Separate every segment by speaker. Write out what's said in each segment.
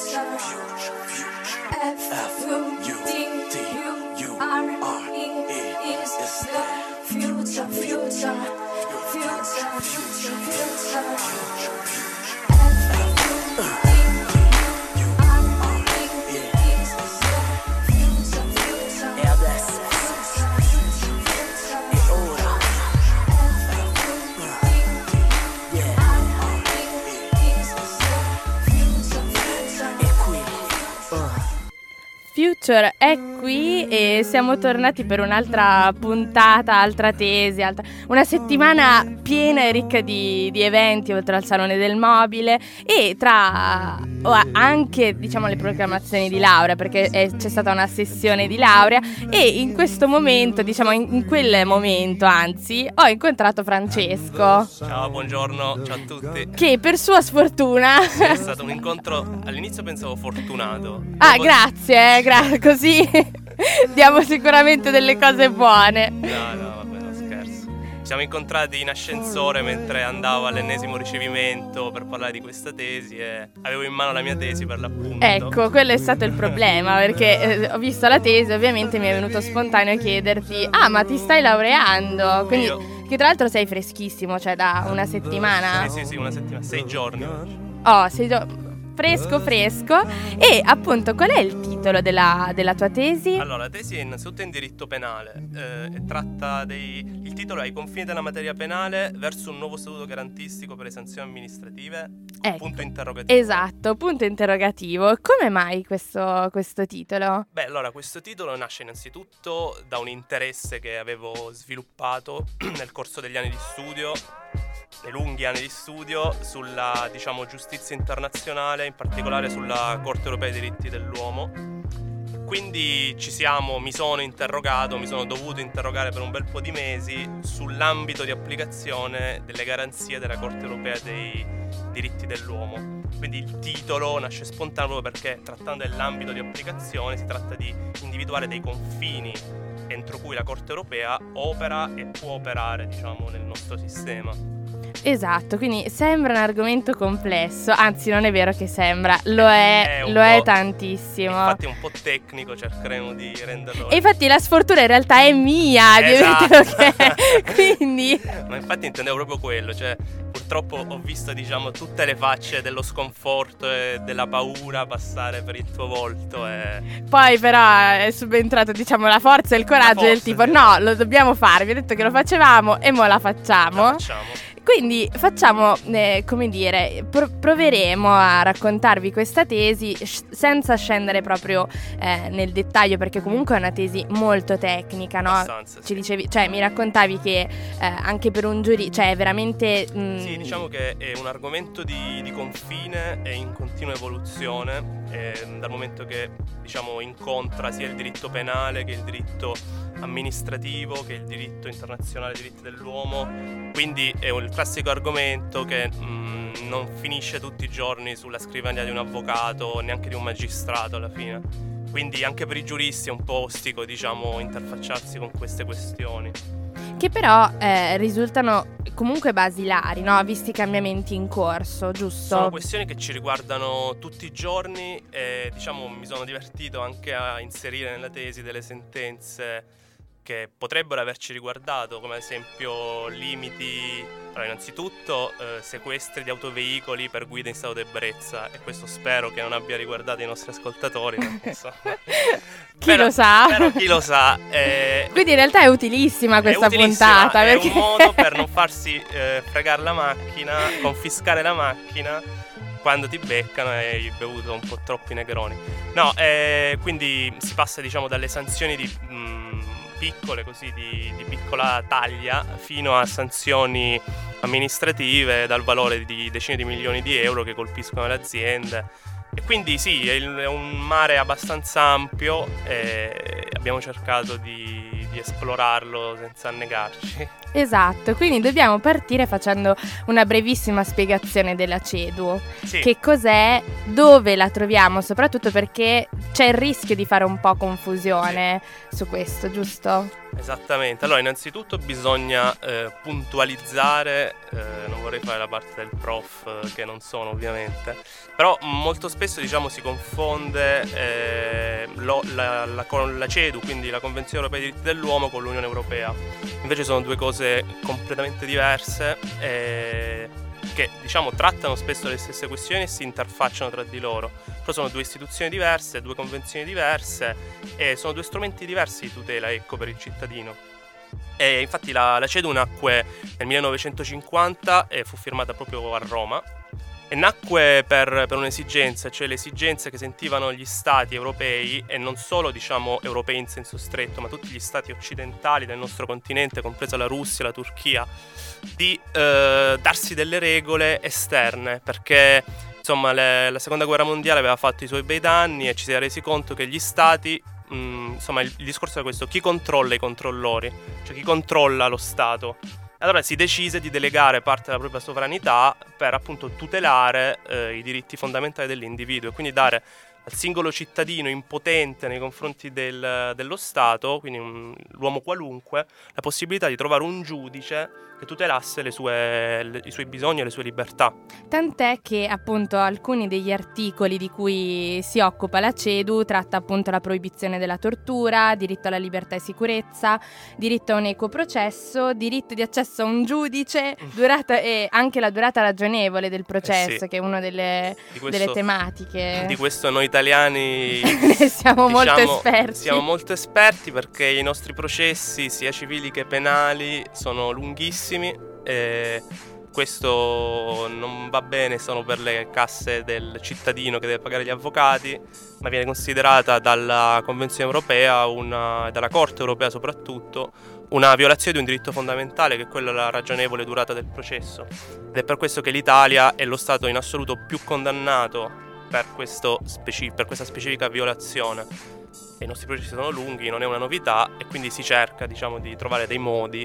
Speaker 1: Future è qui e siamo tornati per un'altra puntata, altra tesi, una settimana piena e ricca di eventi oltre al Salone del Mobile e tra anche diciamo le proclamazioni di laurea, perché c'è stata una sessione di laurea e in questo momento, diciamo in quel momento anzi, ho incontrato Francesco.
Speaker 2: Ciao, buongiorno, ciao a tutti.
Speaker 1: Che per sua sfortuna
Speaker 2: è stato un incontro, all'inizio pensavo fortunato.
Speaker 1: Grazie, così diamo sicuramente delle cose buone.
Speaker 2: No, vabbè, no, scherzo. Ci siamo incontrati in ascensore mentre andavo all'ennesimo ricevimento per parlare di questa tesi e avevo in mano la mia tesi per l'appunto.
Speaker 1: Ecco, quello è stato il problema, perché ho visto la tesi, ovviamente mi è venuto spontaneo chiederti: ma ti stai laureando? Quindi, che tra l'altro sei freschissimo, cioè da una settimana.
Speaker 2: Sì, una settimana, 6 giorni.
Speaker 1: Oh, 6 giorni. Fresco. E appunto, qual è il titolo della tua tesi?
Speaker 2: Allora, la tesi è innanzitutto in diritto penale e tratta il titolo è I confini della materia penale verso un nuovo statuto garantistico per le sanzioni amministrative. Punto interrogativo.
Speaker 1: Esatto, punto interrogativo. Come mai questo titolo?
Speaker 2: Beh, allora, questo titolo nasce innanzitutto da un interesse che avevo sviluppato nel corso degli anni di studio, nei lunghi anni di studio, sulla, diciamo, giustizia internazionale, in particolare sulla Corte Europea dei Diritti dell'Uomo. Quindi mi sono dovuto interrogare per un bel po' di mesi sull'ambito di applicazione delle garanzie della Corte Europea dei Diritti dell'Uomo. Quindi il titolo nasce spontaneo perché, trattando dell'ambito di applicazione, si tratta di individuare dei confini entro cui la Corte Europea opera e può operare, diciamo, nel nostro sistema.
Speaker 1: Esatto, quindi sembra un argomento complesso, anzi non è vero che sembra, lo è tantissimo.
Speaker 2: Infatti è un po' tecnico, cercheremo di renderlo.
Speaker 1: E infatti la sfortuna in realtà è mia,
Speaker 2: esatto.
Speaker 1: Quindi.
Speaker 2: Ma infatti intendevo proprio quello, cioè purtroppo ho visto, diciamo, tutte le facce dello sconforto e della paura passare per il tuo volto e...
Speaker 1: Poi però è subentrato, diciamo, la forza e il coraggio del tipo sì. No, lo dobbiamo fare, vi ho detto che lo facevamo e mo la facciamo. Quindi facciamo, proveremo a raccontarvi questa tesi senza scendere proprio nel dettaglio, perché comunque è una tesi molto tecnica, no?
Speaker 2: Abbastanza,
Speaker 1: Ci dicevi, cioè mi raccontavi che anche per un giurista, cioè è veramente...
Speaker 2: Sì, diciamo che è un argomento di confine e in continua evoluzione, dal momento che, diciamo, incontra sia il diritto penale che il diritto amministrativo che il diritto internazionale dei diritti dell'uomo. Quindi è il classico argomento che non finisce tutti i giorni sulla scrivania di un avvocato, neanche di un magistrato alla fine. Quindi anche per i giuristi è un po' ostico, diciamo, interfacciarsi con queste questioni,
Speaker 1: che però risultano comunque basilari, no? Visti i cambiamenti in corso, giusto?
Speaker 2: Sono questioni che ci riguardano tutti i giorni e, diciamo, mi sono divertito anche a inserire nella tesi delle sentenze che potrebbero averci riguardato, come ad esempio limiti, allora, innanzitutto sequestri di autoveicoli per guida in stato di ebbrezza, e questo spero che non abbia riguardato i nostri ascoltatori,
Speaker 1: chi lo sa?
Speaker 2: Però chi lo sa.
Speaker 1: Quindi in realtà è utilissima questa puntata,
Speaker 2: è
Speaker 1: perché...
Speaker 2: un modo per non farsi fregare la macchina, confiscare la macchina quando ti beccano e hai bevuto un po' troppi negroni. No, quindi si passa, diciamo, dalle sanzioni piccole, così di piccola taglia, fino a sanzioni amministrative dal valore di decine di milioni di euro che colpiscono le aziende. E quindi sì, è un mare abbastanza ampio e abbiamo cercato di esplorarlo senza annegarci.
Speaker 1: Esatto, quindi dobbiamo partire facendo una brevissima spiegazione della CEDU.
Speaker 2: Sì.
Speaker 1: Che cos'è, dove la troviamo, soprattutto perché c'è il rischio di fare un po' confusione su questo, giusto?
Speaker 2: Esattamente, allora innanzitutto bisogna puntualizzare, non vorrei fare la parte del prof che non sono ovviamente, però molto spesso diciamo si confonde la CEDU, quindi la Convenzione Europea dei Diritti dell'Uomo, con l'Unione Europea. Invece sono due cose completamente diverse che diciamo trattano spesso le stesse questioni e si interfacciano tra di loro, però sono due istituzioni diverse, due convenzioni diverse e sono due strumenti diversi di tutela, ecco, per il cittadino. E infatti la CEDU nacque nel 1950 e fu firmata proprio a Roma e nacque per un'esigenza, cioè le esigenze che sentivano gli stati europei, e non solo diciamo europei in senso stretto, ma tutti gli stati occidentali del nostro continente, compresa la Russia, la Turchia, di darsi delle regole esterne, perché insomma la seconda guerra mondiale aveva fatto i suoi bei danni e ci si è resi conto che gli stati, insomma il discorso è questo: chi controlla i controllori, cioè chi controlla lo Stato. Allora si decise di delegare parte della propria sovranità per appunto tutelare i diritti fondamentali dell'individuo e quindi dare al singolo cittadino impotente nei confronti dello Stato, quindi l'uomo qualunque, la possibilità di trovare un giudice che tutelasse i suoi bisogni e le sue libertà.
Speaker 1: Tant'è che appunto alcuni degli articoli di cui si occupa la CEDU tratta appunto la proibizione della tortura, diritto alla libertà e sicurezza, diritto a un equo processo, diritto di accesso a un giudice, durata e anche la durata ragionevole del processo,
Speaker 2: sì,
Speaker 1: che è una delle tematiche.
Speaker 2: Di questo noi italiani
Speaker 1: siamo molto esperti.
Speaker 2: Siamo molto esperti perché i nostri processi, sia civili che penali, sono lunghissimi. E questo non va bene solo per le casse del cittadino che deve pagare gli avvocati, ma viene considerata dalla Convenzione Europea, dalla Corte Europea soprattutto, una violazione di un diritto fondamentale, che è quello della ragionevole durata del processo. Ed è per questo che l'Italia è lo Stato in assoluto più condannato per questa specifica violazione. E i nostri processi sono lunghi, non è una novità, e quindi si cerca diciamo di trovare dei modi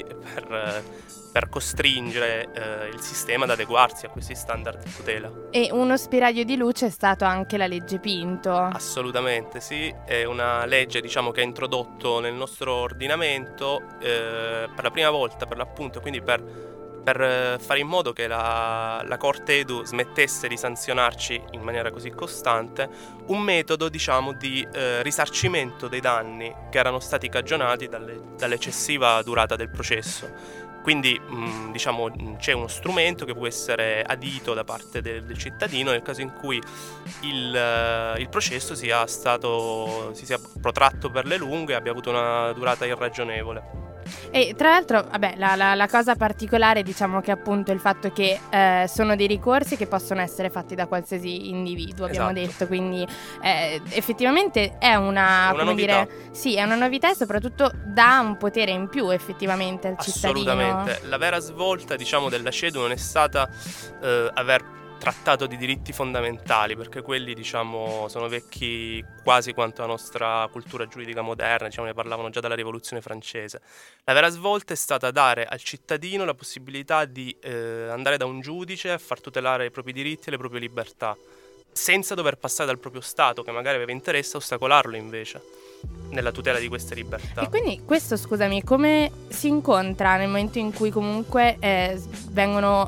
Speaker 2: per costringere il sistema ad adeguarsi a questi standard di tutela.
Speaker 1: E uno spiraglio di luce è stato anche la legge Pinto.
Speaker 2: Assolutamente sì, è una legge diciamo che ha introdotto nel nostro ordinamento per la prima volta, per l'appunto, quindi per fare in modo che la Corte Edu smettesse di sanzionarci in maniera così costante, un metodo diciamo di risarcimento dei danni che erano stati cagionati dall'eccessiva durata del processo. Quindi diciamo c'è uno strumento che può essere adito da parte del cittadino nel caso in cui il processo si sia protratto per le lunghe e abbia avuto una durata irragionevole.
Speaker 1: E tra l'altro, vabbè, la cosa particolare diciamo che appunto è il fatto che sono dei ricorsi che possono essere fatti da qualsiasi individuo, abbiamo detto, quindi effettivamente è una
Speaker 2: novità.
Speaker 1: Sì, è una novità e soprattutto dà un potere in più effettivamente al cittadino.
Speaker 2: Assolutamente, la vera svolta diciamo della CEDU non è stata aver trattato di diritti fondamentali, perché quelli diciamo sono vecchi quasi quanto la nostra cultura giuridica moderna, diciamo ne parlavano già dalla Rivoluzione francese. La vera svolta è stata dare al cittadino la possibilità di andare da un giudice a far tutelare i propri diritti e le proprie libertà, senza dover passare dal proprio Stato, che magari aveva interesse a ostacolarlo invece nella tutela di queste libertà.
Speaker 1: E quindi questo, scusami, come si incontra nel momento in cui comunque vengono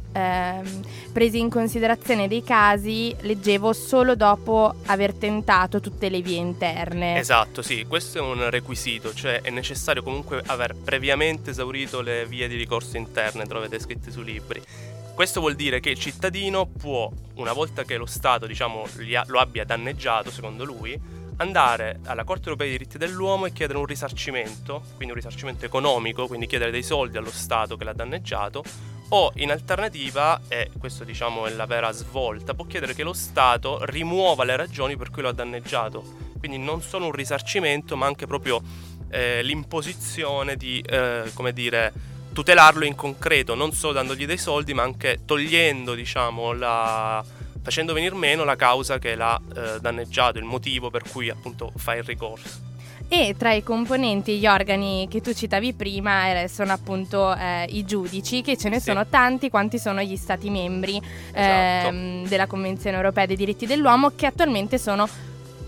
Speaker 1: presi in considerazione dei casi, leggevo, solo dopo aver tentato tutte le vie interne?
Speaker 2: Esatto, sì, questo è un requisito, cioè è necessario comunque aver previamente esaurito le vie di ricorso interne, trovate scritte sui libri. Questo vuol dire che il cittadino può, una volta che lo Stato diciamo lo abbia danneggiato secondo lui, andare alla Corte Europea dei Diritti dell'Uomo e chiedere un risarcimento, quindi un risarcimento economico, quindi chiedere dei soldi allo Stato che l'ha danneggiato, o in alternativa, e questo diciamo è la vera svolta, può chiedere che lo Stato rimuova le ragioni per cui lo ha danneggiato, quindi non solo un risarcimento ma anche proprio l'imposizione di, come dire, tutelarlo in concreto, non solo dandogli dei soldi ma anche togliendo diciamo facendo venir meno la causa che l'ha danneggiato, il motivo per cui appunto fa il ricorso.
Speaker 1: E tra i componenti, gli organi che tu citavi prima sono appunto i giudici, che ce ne sono tanti quanti sono gli stati membri della Convenzione Europea dei Diritti dell'Uomo, che attualmente sono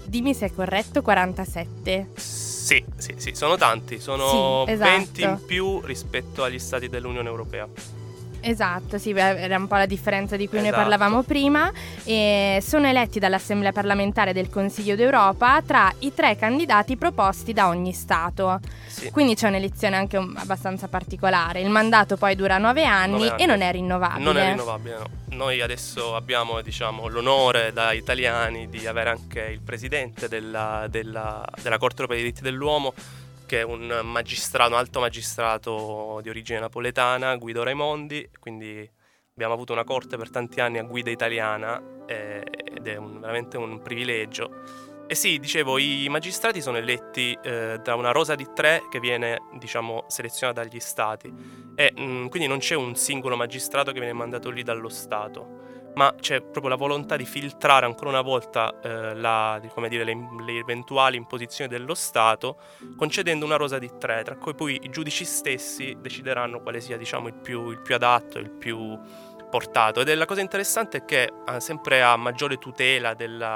Speaker 1: dimmi se è corretto, 47.
Speaker 2: Sì, sono tanti, sono
Speaker 1: Sì, esatto.
Speaker 2: 20 in più rispetto agli stati dell'Unione Europea.
Speaker 1: Esatto, sì, era un po' la differenza di cui noi
Speaker 2: Esatto.
Speaker 1: parlavamo prima. E sono eletti dall'Assemblea parlamentare del Consiglio d'Europa tra i 3 candidati proposti da ogni Stato.
Speaker 2: Sì.
Speaker 1: Quindi c'è un'elezione anche abbastanza particolare. Il mandato poi dura 9 anni e non è rinnovabile.
Speaker 2: Non è rinnovabile, no. Noi adesso abbiamo, diciamo, l'onore da italiani di avere anche il presidente della Corte Europea dei diritti dell'uomo, che è un alto magistrato di origine napoletana, Guido Raimondi, quindi abbiamo avuto una corte per tanti anni a guida italiana ed è veramente un privilegio. E sì, dicevo, i magistrati sono eletti da una rosa di 3 che viene, diciamo, selezionata dagli stati e quindi non c'è un singolo magistrato che viene mandato lì dallo Stato, ma c'è proprio la volontà di filtrare ancora una volta le eventuali imposizioni dello Stato, concedendo una rosa di 3, tra cui poi i giudici stessi decideranno quale sia, diciamo, il più adatto, il più portato. Ed è la cosa interessante è che sempre a maggiore tutela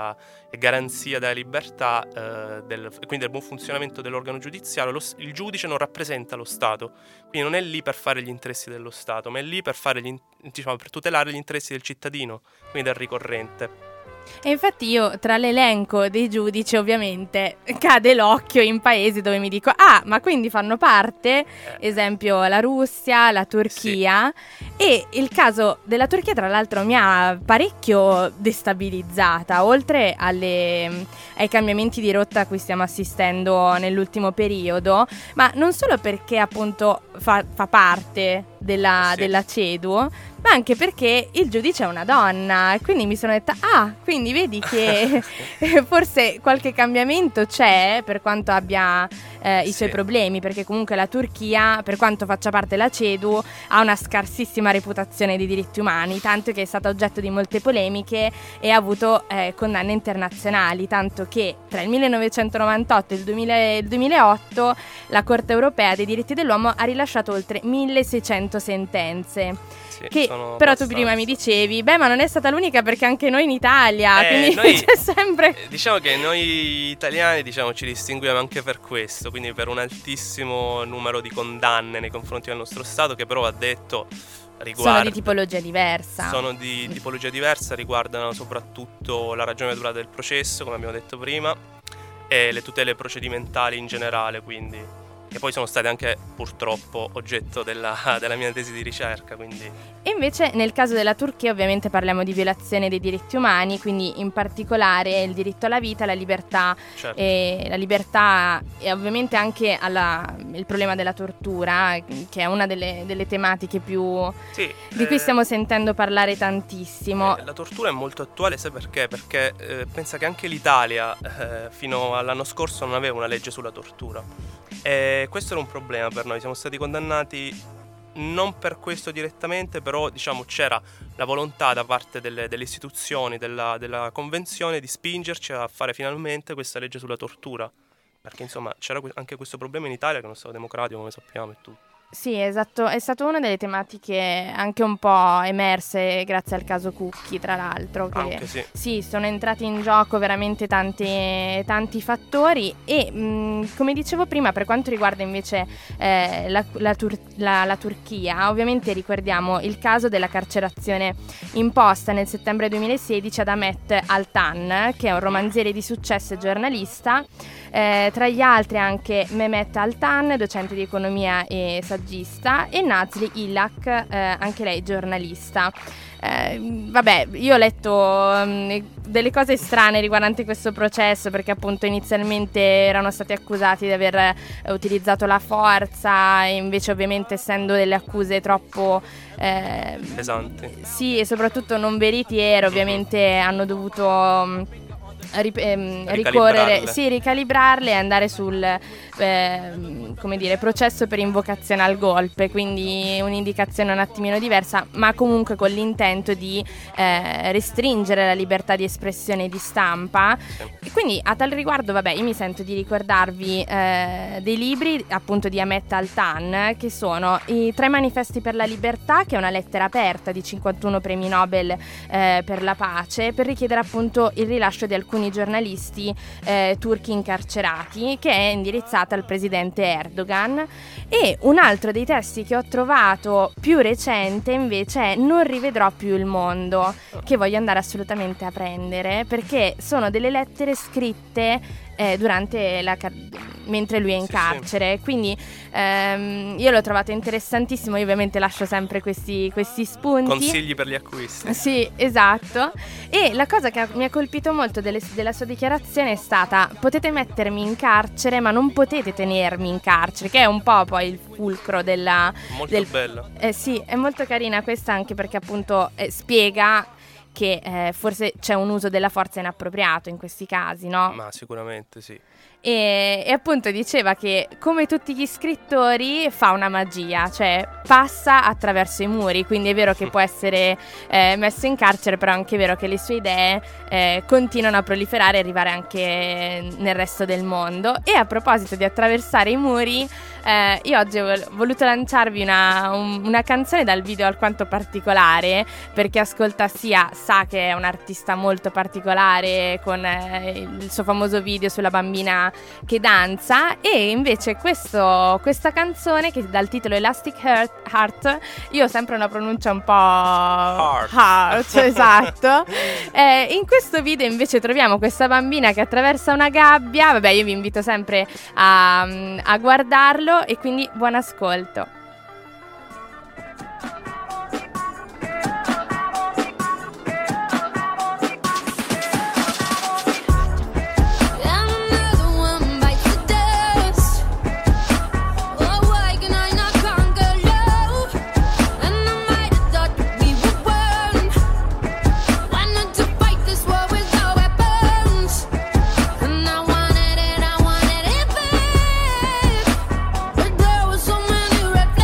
Speaker 2: e garanzia della libertà quindi del buon funzionamento dell'organo giudiziario, il giudice non rappresenta lo Stato, quindi non è lì per fare gli interessi dello Stato, ma è lì per per tutelare gli interessi del cittadino, quindi del ricorrente.
Speaker 1: E infatti io tra l'elenco dei giudici ovviamente cade l'occhio in paesi dove mi dico ma quindi fanno parte, esempio la Russia, la Turchia. Sì. E il caso della Turchia tra l'altro mi ha parecchio destabilizzata, oltre ai cambiamenti di rotta a cui stiamo assistendo nell'ultimo periodo, ma non solo perché appunto fa parte della CEDU, ma anche perché il giudice è una donna, e quindi mi sono detta quindi vedi che forse qualche cambiamento c'è, per quanto abbia i suoi problemi, perché comunque la Turchia, per quanto faccia parte della CEDU, ha una scarsissima reputazione di diritti umani, tanto che è stata oggetto di molte polemiche e ha avuto condanne internazionali, tanto che tra il 1998 e il 2008 la Corte Europea dei diritti dell'uomo ha rilasciato oltre 1600 sentenze. Che però tu prima mi dicevi, ma non è stata l'unica, perché anche noi in Italia, quindi c'è sempre.
Speaker 2: Diciamo che noi italiani, diciamo, ci distinguiamo anche per questo, quindi per un altissimo numero di condanne nei confronti del nostro Stato, che però ha detto
Speaker 1: sono di tipologia diversa.
Speaker 2: Sono di tipologia diversa, riguardano soprattutto la ragione durata del processo, come abbiamo detto prima, e le tutele procedimentali in generale, quindi. E poi sono state anche purtroppo oggetto della mia tesi di ricerca, quindi.
Speaker 1: E invece nel caso della Turchia ovviamente parliamo di violazione dei diritti umani, quindi in particolare il diritto alla vita, la libertà,
Speaker 2: certo.
Speaker 1: E la libertà, e ovviamente anche il problema della tortura, che è una delle tematiche più di cui stiamo sentendo parlare tantissimo.
Speaker 2: La tortura è molto attuale, sai perché? Perché pensa che anche l'Italia fino all'anno scorso non aveva una legge sulla tortura. E questo era un problema per noi, siamo stati condannati non per questo direttamente, però diciamo c'era la volontà da parte delle istituzioni della convenzione di spingerci a fare finalmente questa legge sulla tortura, perché insomma c'era anche questo problema in Italia, che è uno Stato democratico, come sappiamo, e tutto.
Speaker 1: Sì, esatto, è stata una delle tematiche anche un po' emerse grazie al caso Cucchi, tra l'altro, che
Speaker 2: anche
Speaker 1: sì, sono entrati in gioco veramente tanti fattori e come dicevo prima, per quanto riguarda invece la Turchia, ovviamente ricordiamo il caso della carcerazione imposta nel settembre 2016 ad Ahmet Altan, che è un romanziere di successo e giornalista. Tra gli altri anche Mehmet Altan, docente di economia e saggista, e Nazli Ilak, anche lei giornalista. Io ho letto delle cose strane riguardanti questo processo, perché appunto inizialmente erano stati accusati di aver utilizzato la forza, e invece ovviamente essendo delle accuse troppo
Speaker 2: pesanti,
Speaker 1: sì, e soprattutto non veritiere, ovviamente hanno dovuto ricalibrarle e andare sul processo per invocazione al golpe, quindi un'indicazione un attimino diversa, ma comunque con l'intento di restringere la libertà di espressione e di stampa. E quindi a tal riguardo io mi sento di ricordarvi dei libri appunto di Ahmet Altan, che sono i 3 manifesti per la libertà, che è una lettera aperta di 51 premi Nobel per la pace, per richiedere appunto il rilascio di alcuni alcuni giornalisti turchi incarcerati, che è indirizzata al presidente Erdogan. E un altro dei testi che ho trovato più recente invece è Non rivedrò più il mondo, che voglio andare assolutamente a prendere, perché sono delle lettere scritte durante mentre lui è in carcere. Quindi io l'ho trovato interessantissimo. Io ovviamente lascio sempre questi spunti,
Speaker 2: consigli per gli acquisti.
Speaker 1: Sì, esatto. E la cosa che mi ha colpito molto della sua dichiarazione è stata: potete mettermi in carcere ma non potete tenermi in carcere, che è un po' poi il fulcro
Speaker 2: molto bella.
Speaker 1: Sì, è molto carina questa, anche perché appunto spiega che forse c'è un uso della forza inappropriato in questi casi, no?
Speaker 2: Ma sicuramente sì.
Speaker 1: E appunto diceva che, come tutti gli scrittori, fa una magia, cioè passa attraverso i muri. Quindi è vero che può essere messo in carcere, però è anche vero che le sue idee continuano a proliferare e arrivare anche nel resto del mondo. E a proposito di attraversare i muri, io oggi ho voluto lanciarvi una canzone dal video alquanto particolare, perché ascolta sia sa che è un artista molto particolare, con il suo famoso video sulla bambina che danza. E invece questa canzone, che dal titolo Elastic Heart, io ho sempre una pronuncia un po' heart esatto. In questo video invece troviamo questa bambina che attraversa una gabbia. Vabbè, io vi invito sempre a guardarlo, e quindi buon ascolto.
Speaker 3: Reflections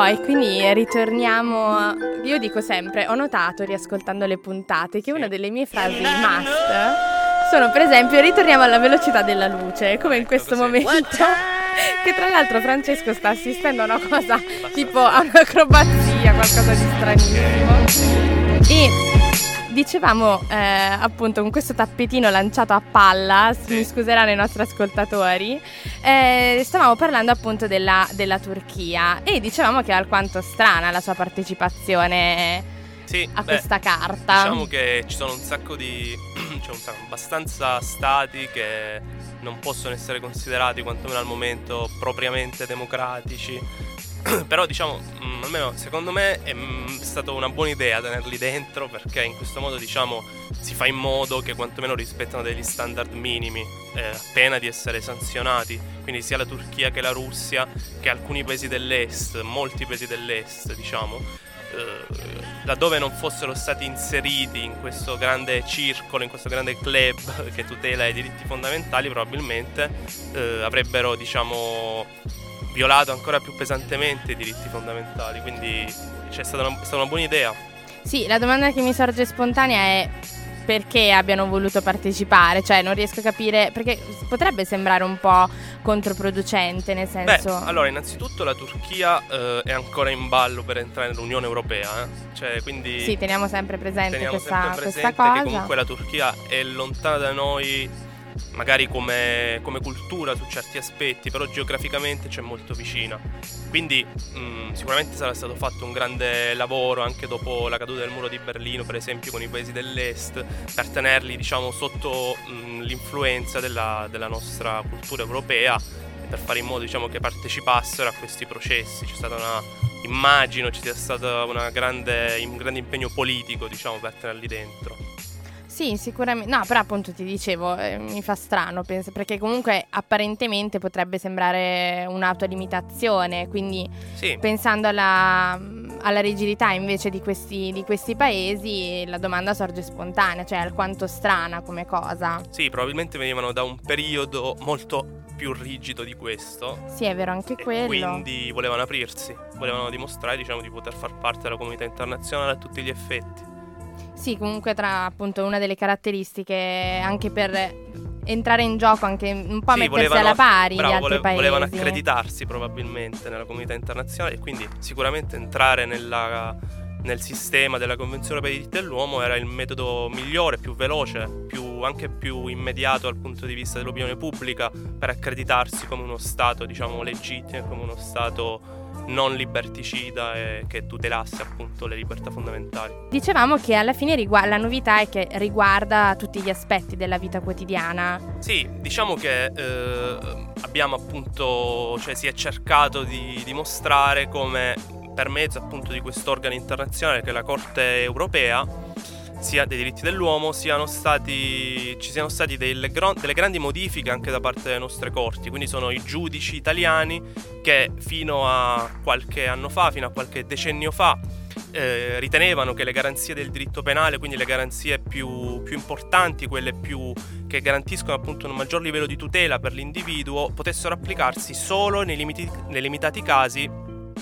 Speaker 1: e quindi ritorniamo. Io dico sempre, ho notato riascoltando le puntate che una delle mie frasi must sono, per esempio, ritorniamo alla velocità della luce, come in questo momento, che tra l'altro Francesco sta assistendo a una cosa tipo a un'acrobazia, qualcosa di stranissimo. E dicevamo appunto con questo tappetino lanciato a palla, mi scuseranno i nostri ascoltatori, stavamo parlando appunto della Turchia e dicevamo che è alquanto strana la sua partecipazione a questa carta.
Speaker 2: Diciamo che ci sono abbastanza stati che non possono essere considerati, quantomeno al momento, propriamente democratici. Però diciamo, almeno secondo me è stata una buona idea tenerli dentro, perché in questo modo diciamo si fa in modo che quantomeno rispettano degli standard minimi, a pena di essere sanzionati. Quindi sia la Turchia che la Russia, che alcuni paesi dell'est, molti paesi dell'est diciamo, laddove non fossero stati inseriti in questo grande circolo, in questo grande club che tutela i diritti fondamentali, probabilmente avrebbero diciamo violato ancora più pesantemente i diritti fondamentali. Quindi c'è stata una buona idea.
Speaker 1: Sì, la domanda che mi sorge spontanea è perché abbiano voluto partecipare, cioè non riesco a capire, perché potrebbe sembrare un po' controproducente, nel senso...
Speaker 2: allora innanzitutto la Turchia è ancora in ballo per entrare nell'Unione Europea, cioè quindi...
Speaker 1: Sì, teniamo sempre presente questa cosa.
Speaker 2: Che comunque la Turchia è lontana da noi, magari come cultura su certi aspetti, però geograficamente c'è molto vicina. Quindi sicuramente sarà stato fatto un grande lavoro anche dopo la caduta del muro di Berlino, per esempio, con i paesi dell'est, per tenerli diciamo sotto l'influenza della nostra cultura europea e per fare in modo diciamo che partecipassero a questi processi. C'è stata immagino ci sia stato un grande impegno politico diciamo per tenerli dentro.
Speaker 1: Sì, sicuramente. No, però appunto ti dicevo, mi fa strano, penso, perché comunque apparentemente potrebbe sembrare un'autolimitazione, quindi pensando alla rigidità invece di questi paesi, la domanda sorge spontanea, cioè alquanto strana come cosa.
Speaker 2: Sì, probabilmente venivano da un periodo molto più rigido di questo.
Speaker 1: Sì, è vero, anche quello.
Speaker 2: Quindi volevano aprirsi, volevano dimostrare diciamo di poter far parte della comunità internazionale a tutti gli effetti.
Speaker 1: Sì, comunque tra appunto una delle caratteristiche anche per entrare in gioco, anche un po' mettersi alla pari di altri paesi.
Speaker 2: Volevano accreditarsi probabilmente nella comunità internazionale e quindi sicuramente entrare nel sistema della Convenzione Europea dei diritti dell'uomo era il metodo migliore, più veloce, anche più immediato dal punto di vista dell'opinione pubblica, per accreditarsi come uno Stato diciamo legittimo, come uno Stato non liberticida e che tutelasse appunto le libertà fondamentali.
Speaker 1: Dicevamo che alla fine la novità è che riguarda tutti gli aspetti della vita quotidiana.
Speaker 2: Sì, diciamo che abbiamo appunto, cioè si è cercato di dimostrare come per mezzo appunto di quest'organo internazionale che è la Corte Europea sia dei diritti dell'uomo ci siano stati delle grandi modifiche anche da parte delle nostre corti. Quindi sono i giudici italiani che fino a qualche anno fa, fino a qualche decennio fa, ritenevano che le garanzie del diritto penale, quindi le garanzie più importanti, quelle che garantiscono appunto un maggior livello di tutela per l'individuo, potessero applicarsi solo nei limitati casi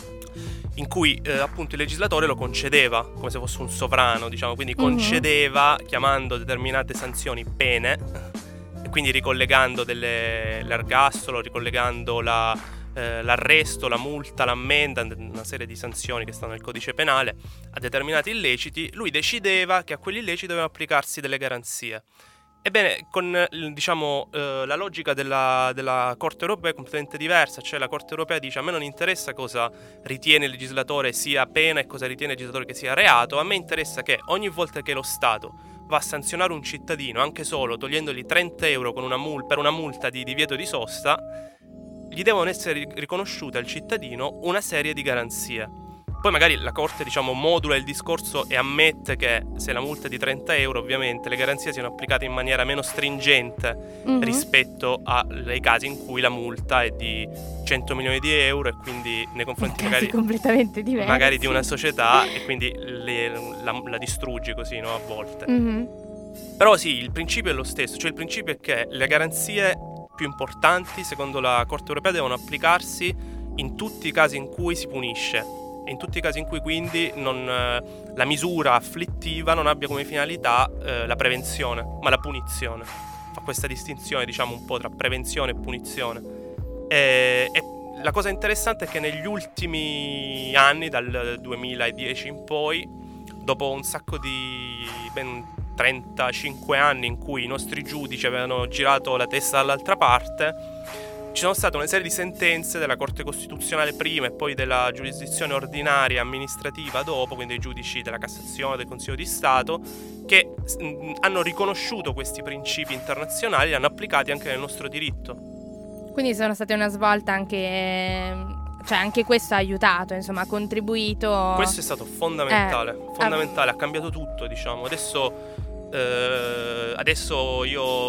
Speaker 2: in cui appunto il legislatore lo concedeva come se fosse un sovrano, diciamo, quindi concedeva chiamando determinate sanzioni pene e quindi ricollegando l'ergastolo, ricollegando l'arresto, la multa, l'ammenda, una serie di sanzioni che stanno nel codice penale a determinati illeciti. Lui decideva che a quegli illeciti dovevano applicarsi delle garanzie. Ebbene, con la logica della Corte Europea è completamente diversa, cioè la Corte Europea dice: a me non interessa cosa ritiene il legislatore sia pena e cosa ritiene il legislatore che sia reato, a me interessa che ogni volta che lo Stato va a sanzionare un cittadino, anche solo togliendogli 30 euro per una multa di divieto di sosta, gli devono essere riconosciute al cittadino una serie di garanzie. Poi magari la Corte modula il discorso e ammette che se la multa è di 30 euro ovviamente le garanzie siano applicate in maniera meno stringente rispetto ai casi in cui la multa è di 100 milioni di euro e quindi nei confronti magari
Speaker 1: completamente diversi,
Speaker 2: magari di una società, e quindi la distruggi così, no, a volte. Però sì, il principio è lo stesso, cioè il principio è che le garanzie più importanti secondo la Corte Europea devono applicarsi in tutti i casi in cui si punisce e in tutti i casi in cui quindi la misura afflittiva non abbia come finalità la prevenzione, ma la punizione. Fa questa distinzione, diciamo, un po' tra prevenzione e punizione. E la cosa interessante è che negli ultimi anni, dal 2010 in poi, dopo un sacco di ben 35 anni in cui i nostri giudici avevano girato la testa dall'altra parte, ci sono state una serie di sentenze della Corte Costituzionale prima e poi della giurisdizione ordinaria amministrativa dopo, quindi dei giudici della Cassazione, del Consiglio di Stato, che hanno riconosciuto questi principi internazionali e li hanno applicati anche nel nostro diritto.
Speaker 1: Quindi sono state una svolta anche, cioè anche questo ha aiutato, insomma, ha contribuito.
Speaker 2: Questo è stato fondamentale, ha cambiato tutto, diciamo. Adesso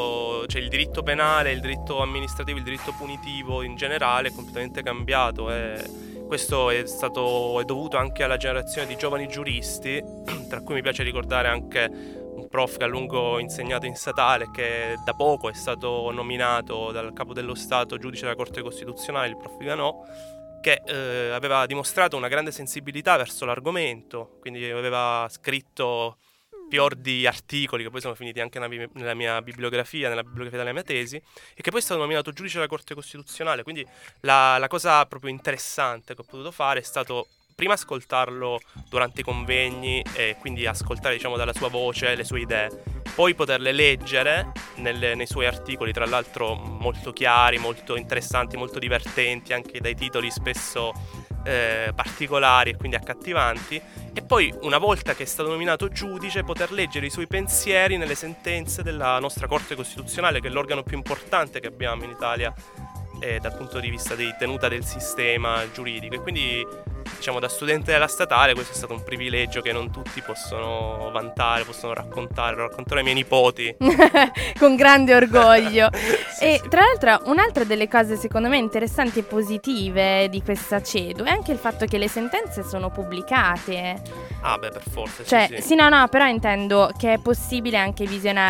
Speaker 2: c'è il diritto penale, il diritto amministrativo, il diritto punitivo in generale è completamente cambiato e questo è dovuto anche alla generazione di giovani giuristi, tra cui mi piace ricordare anche un prof che a lungo insegnato in statale, che da poco è stato nominato dal Capo dello Stato giudice della Corte Costituzionale, il prof Viganò, che aveva dimostrato una grande sensibilità verso l'argomento, quindi aveva scritto fior di articoli che poi sono finiti anche nella mia bibliografia, nella bibliografia della mia tesi, e che poi è stato nominato giudice della Corte Costituzionale. Quindi la cosa proprio interessante che ho potuto fare è stato prima ascoltarlo durante i convegni e quindi ascoltare, diciamo, dalla sua voce le sue idee, poi poterle leggere nei suoi articoli, tra l'altro molto chiari, molto interessanti, molto divertenti, anche dai titoli spesso particolari e quindi accattivanti, e poi una volta che è stato nominato giudice poter leggere i suoi pensieri nelle sentenze della nostra Corte Costituzionale, che è l'organo più importante che abbiamo in Italia dal punto di vista di tenuta del sistema giuridico. E quindi, diciamo, da studente della statale questo è stato un privilegio che non tutti possono vantare, possono raccontare. Lo racconterò ai miei nipoti
Speaker 1: con grande orgoglio.
Speaker 2: Sì,
Speaker 1: e
Speaker 2: sì.
Speaker 1: tra l'altro un'altra delle cose secondo me interessanti e positive di questa CEDU è anche il fatto che le sentenze sono pubblicate.
Speaker 2: Ah beh, per forza,
Speaker 1: Cioè,
Speaker 2: sì.
Speaker 1: sì, no, però intendo che è possibile anche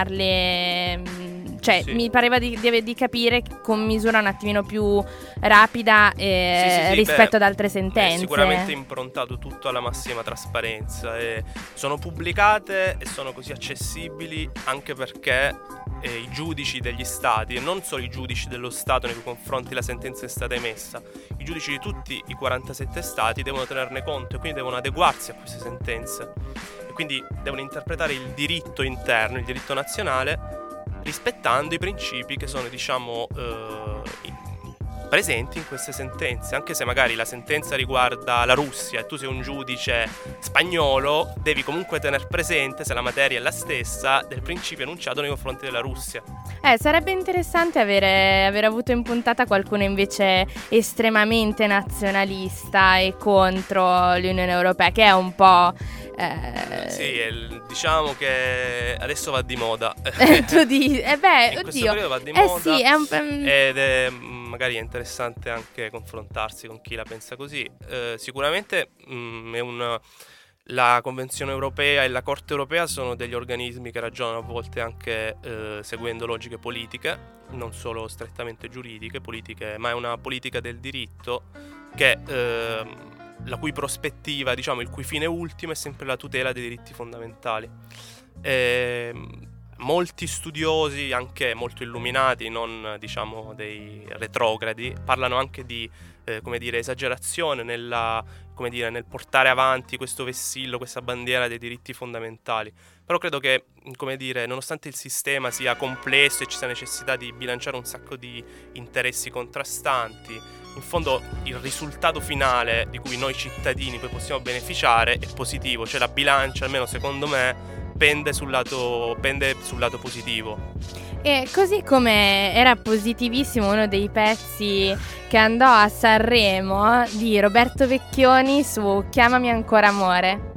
Speaker 1: visionarle. Cioè,
Speaker 2: Sì.
Speaker 1: mi pareva di capire con misura un attimino più rapida
Speaker 2: Sì,
Speaker 1: rispetto ad
Speaker 2: beh,
Speaker 1: altre sentenze.
Speaker 2: È sicuramente improntato tutto alla massima trasparenza e sono pubblicate e sono così accessibili anche perché i giudici degli stati, e non solo i giudici dello Stato nei cui confronti la sentenza è stata emessa, i giudici di tutti i 47 stati devono tenerne conto e quindi devono adeguarsi a queste sentenze e quindi devono interpretare il diritto interno, il diritto nazionale, rispettando i principi che sono, diciamo, presenti in queste sentenze. Anche se magari la sentenza riguarda la Russia e tu sei un giudice spagnolo, devi comunque tener presente, se la materia è la stessa, del principio enunciato nei confronti della Russia.
Speaker 1: Sarebbe interessante aver avuto in puntata qualcuno invece estremamente nazionalista e contro l'Unione Europea, che è un po'...
Speaker 2: Sì, diciamo che adesso va di moda.
Speaker 1: Tu dici,
Speaker 2: in questo
Speaker 1: oddio.
Speaker 2: periodo va di moda.
Speaker 1: Sì,
Speaker 2: ed è magari è interessante anche confrontarsi con chi la pensa così. Sicuramente la Convenzione Europea e la Corte Europea sono degli organismi che ragionano a volte anche seguendo logiche politiche, non solo strettamente giuridiche, politiche, ma è una politica del diritto che la cui prospettiva, diciamo, il cui fine ultimo è sempre la tutela dei diritti fondamentali. Molti studiosi, anche molto illuminati, non diciamo dei retrogradi, parlano anche di esagerazione nel portare avanti questo vessillo, questa bandiera dei diritti fondamentali. Però credo che, nonostante il sistema sia complesso e ci sia necessità di bilanciare un sacco di interessi contrastanti, in fondo il risultato finale di cui noi cittadini poi possiamo beneficiare è positivo, cioè la bilancia, almeno secondo me, pende sul lato positivo.
Speaker 1: E così come era positivissimo uno dei pezzi che andò a Sanremo di Roberto Vecchioni su Chiamami ancora amore.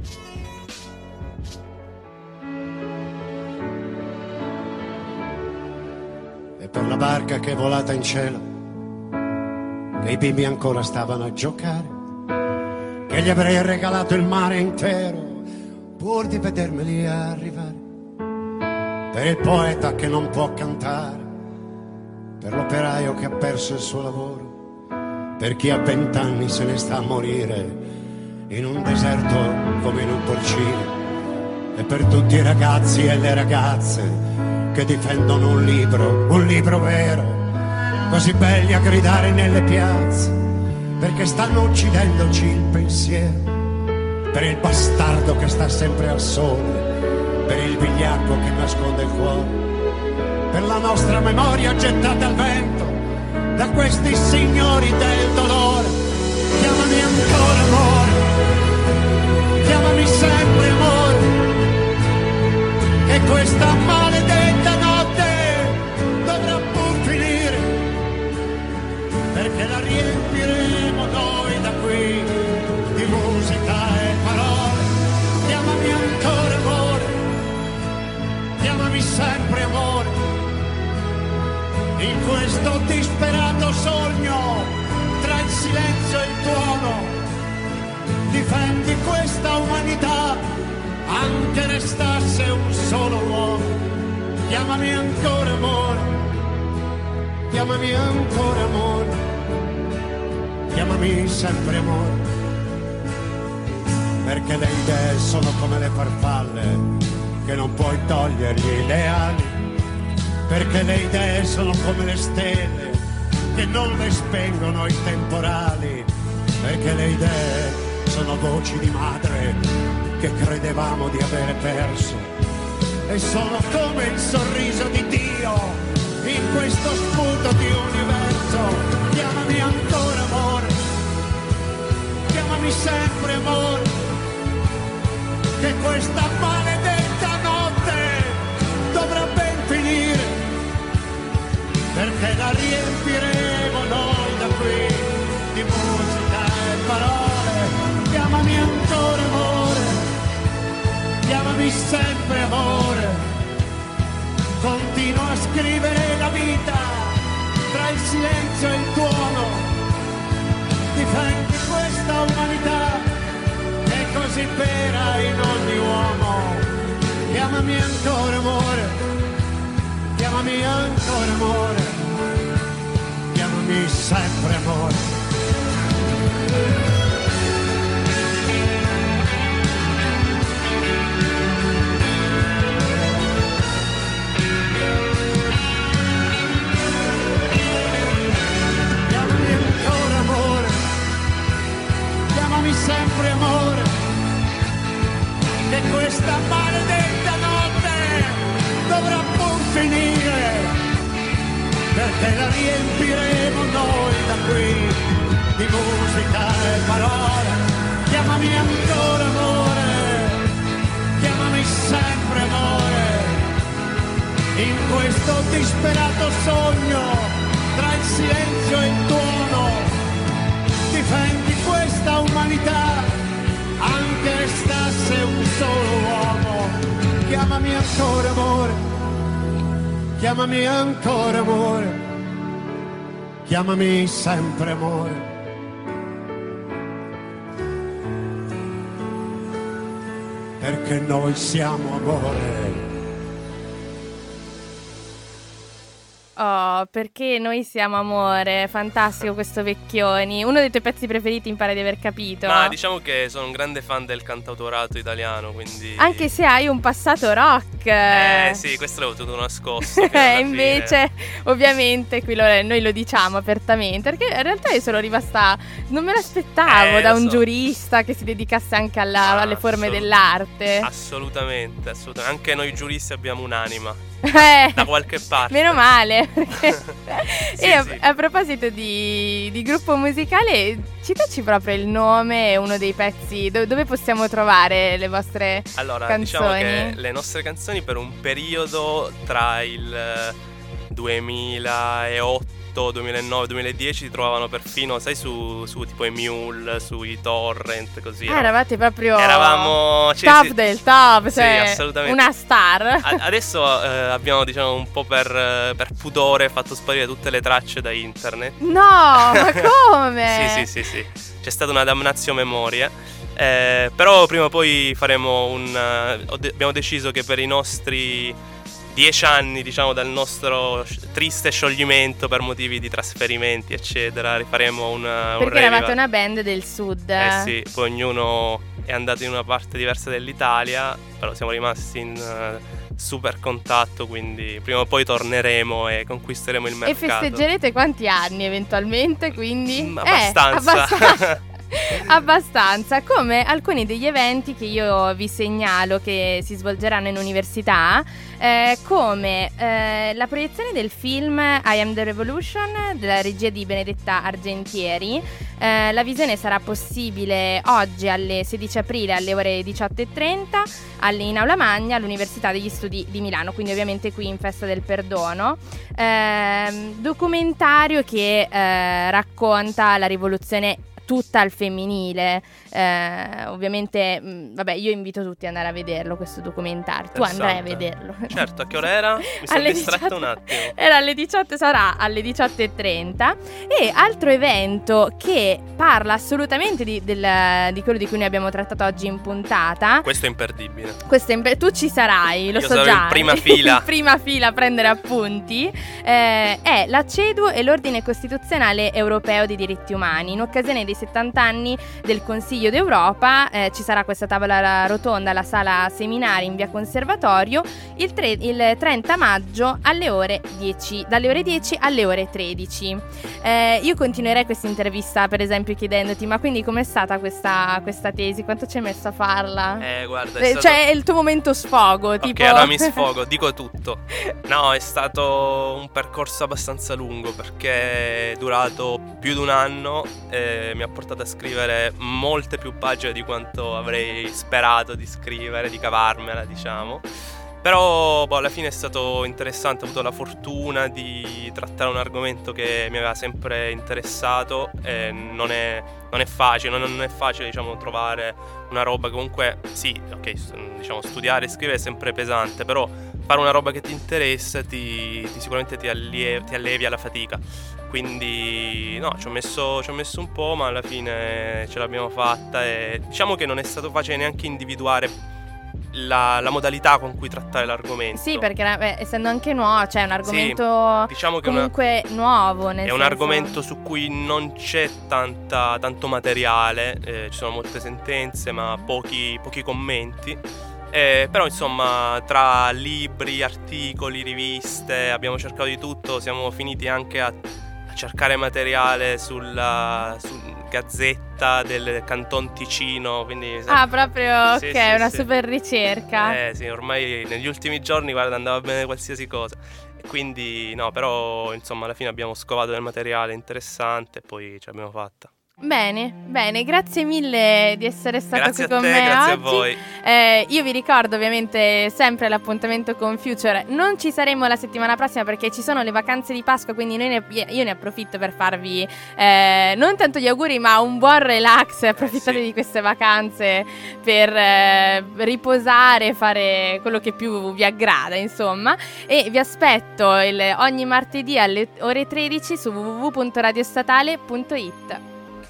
Speaker 3: E per la barca che è volata in cielo, che i bimbi ancora stavano a giocare, che gli avrei regalato il mare intero pur di vedermeli arrivare, per il poeta che non può cantare, per l'operaio che ha perso il suo lavoro, per chi a 20 anni se ne sta a morire in un deserto come in un porcino, e per tutti i ragazzi e le ragazze che difendono un libro vero, così belli a gridare nelle piazze, perché stanno uccidendoci il pensiero, per il bastardo che sta sempre al sole, per il vigliacco che nasconde il cuore, per la nostra memoria gettata al vento da questi signori del dolore. Chiamami ancora amore, chiamami sempre amore, che questa maledetta notte dovrà pur finire, perché la riempiremo noi da qui di musica e parole. Chiamami ancora amore, chiamami sempre amore, in questo disperato sogno tra il silenzio e il tuono. Difendi questa umanità, anche restasse un solo uomo. Chiamami ancora amore, chiamami ancora amore, chiamami sempre amore, perché le idee sono come le farfalle che non puoi togliergli le ali, perché le idee sono come le stelle che non le spengono i temporali, perché le idee sono voci di madre che credevamo di avere perso, e sono come il sorriso di Dio in questo sputo di universo. Chiamami ancora amore, chiamami sempre amore, che questa maledetta notte dovrà ben finire, perché la riempiremo noi da qui di musica e parole. Chiamami ancora amore, chiamami sempre amore, continuo a scrivere la vita tra il silenzio e il tuono. Difendi questa umanità che è così vera in ogni uomo. Chiamami ancora amore, chiamami ancora amore, chiamami sempre amore. Chiamami sempre amore, che questa maledetta notte dovrà pur finire, perché la riempiremo noi da qui di musica e parole. Chiamami ancora amore, chiamami sempre amore, in questo disperato sogno tra il silenzio e il tuono. Difendi questa umanità, anche restasse un solo uomo. Chiamami ancora amore, chiamami ancora amore, chiamami sempre amore, perché noi siamo amore.
Speaker 1: Oh, perché noi siamo amore, fantastico questo Vecchioni. Uno dei tuoi pezzi preferiti, mi pare di aver capito.
Speaker 2: Ma diciamo che sono un grande fan del cantautorato italiano, quindi...
Speaker 1: Anche se hai un passato rock.
Speaker 2: Sì, questo l'avevo tutto nascosto.
Speaker 1: Invece, ovviamente, qui noi lo diciamo apertamente, perché in realtà io sono rimasta... Non me l'aspettavo da un giurista che si dedicasse anche alle forme dell'arte.
Speaker 2: Assolutamente. Anche noi giuristi abbiamo un'anima. Da qualche parte.
Speaker 1: Meno male.
Speaker 2: Sì.
Speaker 1: A proposito di gruppo musicale, citaci proprio il nome e uno dei pezzi dove possiamo trovare le vostre canzoni.
Speaker 2: Diciamo che le nostre canzoni per un periodo tra il 2008, 2009, 2010 si trovavano perfino, sai, su tipo i Mule, sui torrent, così.
Speaker 1: Eravate proprio
Speaker 2: top
Speaker 1: del top, cioè
Speaker 2: sì, assolutamente.
Speaker 1: Una star.
Speaker 2: Adesso abbiamo, diciamo, un po' per pudore fatto sparire tutte le tracce da internet.
Speaker 1: No, ma come?
Speaker 2: Sì. C'è stata una damnatio memoria. Però prima o poi faremo abbiamo deciso che per i nostri 10 anni, diciamo, dal nostro triste scioglimento per motivi di trasferimenti, eccetera. Rifaremo
Speaker 1: perché eravate una band del sud.
Speaker 2: Sì, poi ognuno è andato in una parte diversa dell'Italia, però siamo rimasti in super contatto, quindi prima o poi torneremo e conquisteremo il mercato.
Speaker 1: E festeggerete quanti anni eventualmente, quindi?
Speaker 2: Abbastanza.
Speaker 1: Abbastanza, come alcuni degli eventi che io vi segnalo che si svolgeranno in università, come la proiezione del film I Am the Revolution della regia di Benedetta Argentieri. La visione sarà possibile oggi alle 16 aprile alle ore 18:30 in Aula Magna all'Università degli Studi di Milano, quindi ovviamente qui in Festa del Perdono. Documentario che racconta la rivoluzione tutta al femminile. Ovviamente vabbè, io invito tutti ad andare a vederlo questo documentario. Tu andrai a vederlo?
Speaker 2: Certo. A che ora era? Mi sono distratto un attimo.
Speaker 1: Era alle 18, sarà alle 18:30. E altro evento che parla assolutamente di quello di cui noi abbiamo trattato oggi in puntata.
Speaker 2: Questo è imperdibile.
Speaker 1: Tu ci sarai, lo
Speaker 2: io
Speaker 1: so
Speaker 2: sarò
Speaker 1: già.
Speaker 2: in prima fila.
Speaker 1: In prima fila a prendere appunti. È la CEDU e l'Ordine Costituzionale Europeo dei Diritti Umani. In occasione dei 70 anni del Consiglio d'Europa ci sarà questa tavola rotonda alla sala seminari in via Conservatorio il 30 maggio alle ore 10, dalle ore 10 alle ore 13. Io continuerei questa intervista per esempio chiedendoti: ma quindi com'è stata questa tesi? Quanto ci hai messo a farla?
Speaker 2: Guarda,
Speaker 1: cioè è il tuo momento sfogo, tipo.
Speaker 2: Ok, allora mi sfogo, dico tutto. No, è stato un percorso abbastanza lungo perché è durato più di un anno, mi ha portato a scrivere molte più pagine di quanto avrei sperato di scrivere, di cavarmela, diciamo. Però alla fine è stato interessante, ho avuto la fortuna di trattare un argomento che mi aveva sempre interessato e non è facile, diciamo, trovare una roba che comunque, sì, ok, diciamo, studiare e scrivere è sempre pesante, però fare una roba che ti interessa sicuramente ti allevia la fatica. Quindi no, ci ho messo un po', ma alla fine ce l'abbiamo fatta e diciamo che non è stato facile neanche individuare la modalità con cui trattare l'argomento.
Speaker 1: Sì, perché essendo anche nuovo, cioè è un argomento, sì, diciamo che comunque nuovo, nel senso...
Speaker 2: un argomento su cui non c'è tanto materiale, ci sono molte sentenze ma pochi commenti. Però insomma, tra libri, articoli, riviste, abbiamo cercato di tutto. Siamo finiti anche a cercare materiale sulla Gazzetta del Canton Ticino, quindi
Speaker 1: proprio,
Speaker 2: sì,
Speaker 1: ok,
Speaker 2: sì,
Speaker 1: una
Speaker 2: sì.
Speaker 1: super ricerca.
Speaker 2: Sì, ormai negli ultimi giorni, guarda, andava bene qualsiasi cosa. E quindi no, però insomma alla fine abbiamo scovato del materiale interessante e poi ce l'abbiamo fatta.
Speaker 1: Bene, grazie mille di essere stato
Speaker 2: grazie
Speaker 1: qui con
Speaker 2: te,
Speaker 1: me
Speaker 2: grazie
Speaker 1: oggi.
Speaker 2: A voi.
Speaker 1: Io vi ricordo ovviamente sempre l'appuntamento con Future. Non ci saremo la settimana prossima perché ci sono le vacanze di Pasqua, quindi io ne approfitto per farvi non tanto gli auguri ma un buon relax. Approfittate
Speaker 2: sì.
Speaker 1: di queste vacanze per riposare, fare quello che più vi aggrada, insomma. E vi aspetto ogni martedì alle ore 13 su www.radiostatale.it.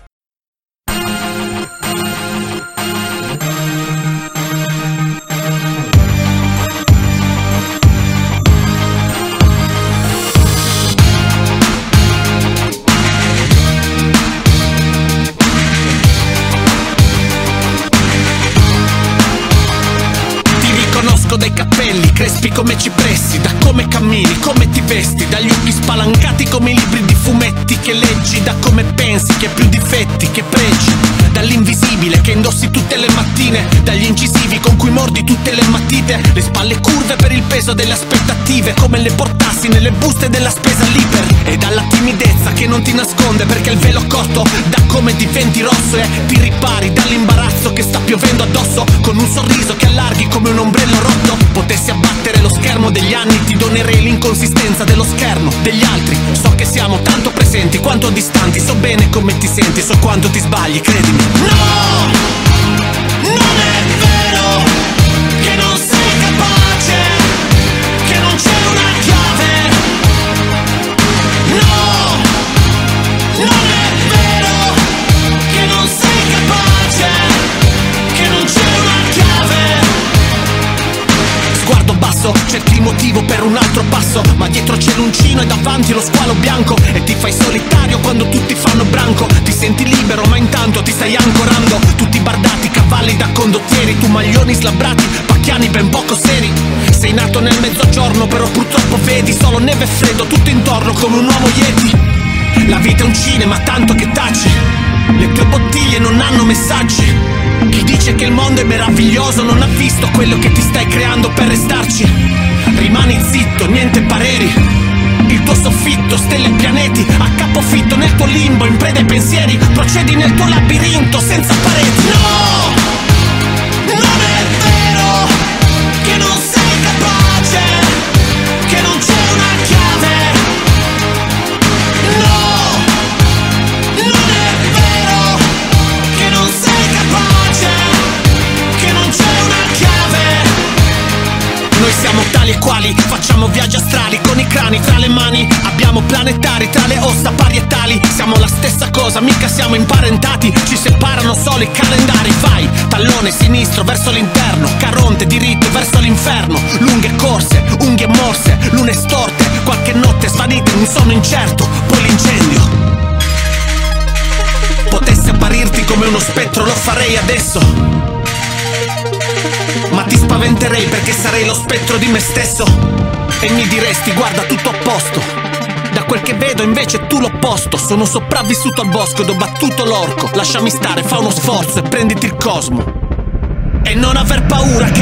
Speaker 4: Dai capelli crespi come cipressi, da come cammini, come ti vesti, dagli occhi spalancati come i libri di fumetti che leggi, da come pensi che hai più difetti che pregi, dall'invisibile che indossi tutte le mattine, dagli incisivi con cui mordi tutte le matite, le spalle curve per il peso delle aspettative, come le portassi nelle buste della spesa l'Iper, e dalla timidezza che non ti nasconde perché il velo corto da come diventi rosso e ti ripari dall'imbarazzo che sta piovendo addosso, con un sorriso che allarghi come un ombrello rotto. Potessi abbattere lo schermo degli anni, ti donerei l'inconsistenza dello schermo degli altri. So che siamo tanto presenti quanto distanti, so bene come ti senti, so quanto ti sbagli, credimi. No, non è vero che non sei capace, che non c'è una chiave. No, non è vero che non sei capace, che non c'è una chiave. Sguardo basso, cerchi i motivi vivo per un altro passo, ma dietro c'è l'uncino e davanti lo squalo bianco. E ti fai solitario quando tutti fanno branco. Ti senti libero ma intanto ti stai ancorando. Tutti bardati, cavalli da condottieri, tu maglioni slabbrati, pacchiani ben poco seri. Sei nato nel mezzogiorno però purtroppo vedi solo neve e freddo tutto intorno come un uomo Yeti. La vita è un cinema tanto che taci, le tue bottiglie non hanno messaggi. Chi dice che il mondo è meraviglioso non ha visto quello che ti stai creando per restarci. Rimani zitto, niente pareri. Il tuo soffitto, stelle e pianeti, a capofitto nel tuo limbo, in preda ai pensieri. Procedi nel tuo labirinto senza pareti. No! Non è vero che non sei capace, che non c'è una chiave. No! Non è vero che non sei capace, che non c'è una chiave. Noi siamo tali e quali, facciamo viaggi astrali con i crani tra le mani. Abbiamo planetari tra le ossa parietali. Siamo la stessa cosa, mica siamo imparentati. Ci separano solo i calendari. Vai, tallone sinistro verso l'interno, Caronte diritto verso l'inferno. Lunghe corse, unghie morse, lune storte, qualche notte svanita in un sonno incerto. Poi l'incendio. Potessi apparirti come uno spettro lo farei adesso, ma ti spaventerei perché sarei lo spettro di me stesso. E mi diresti guarda tutto a posto. Da quel che vedo invece è tu l'opposto. Sono sopravvissuto al bosco ed ho battuto l'orco. Lasciami stare, fa uno sforzo e prenditi il cosmo. E non aver paura che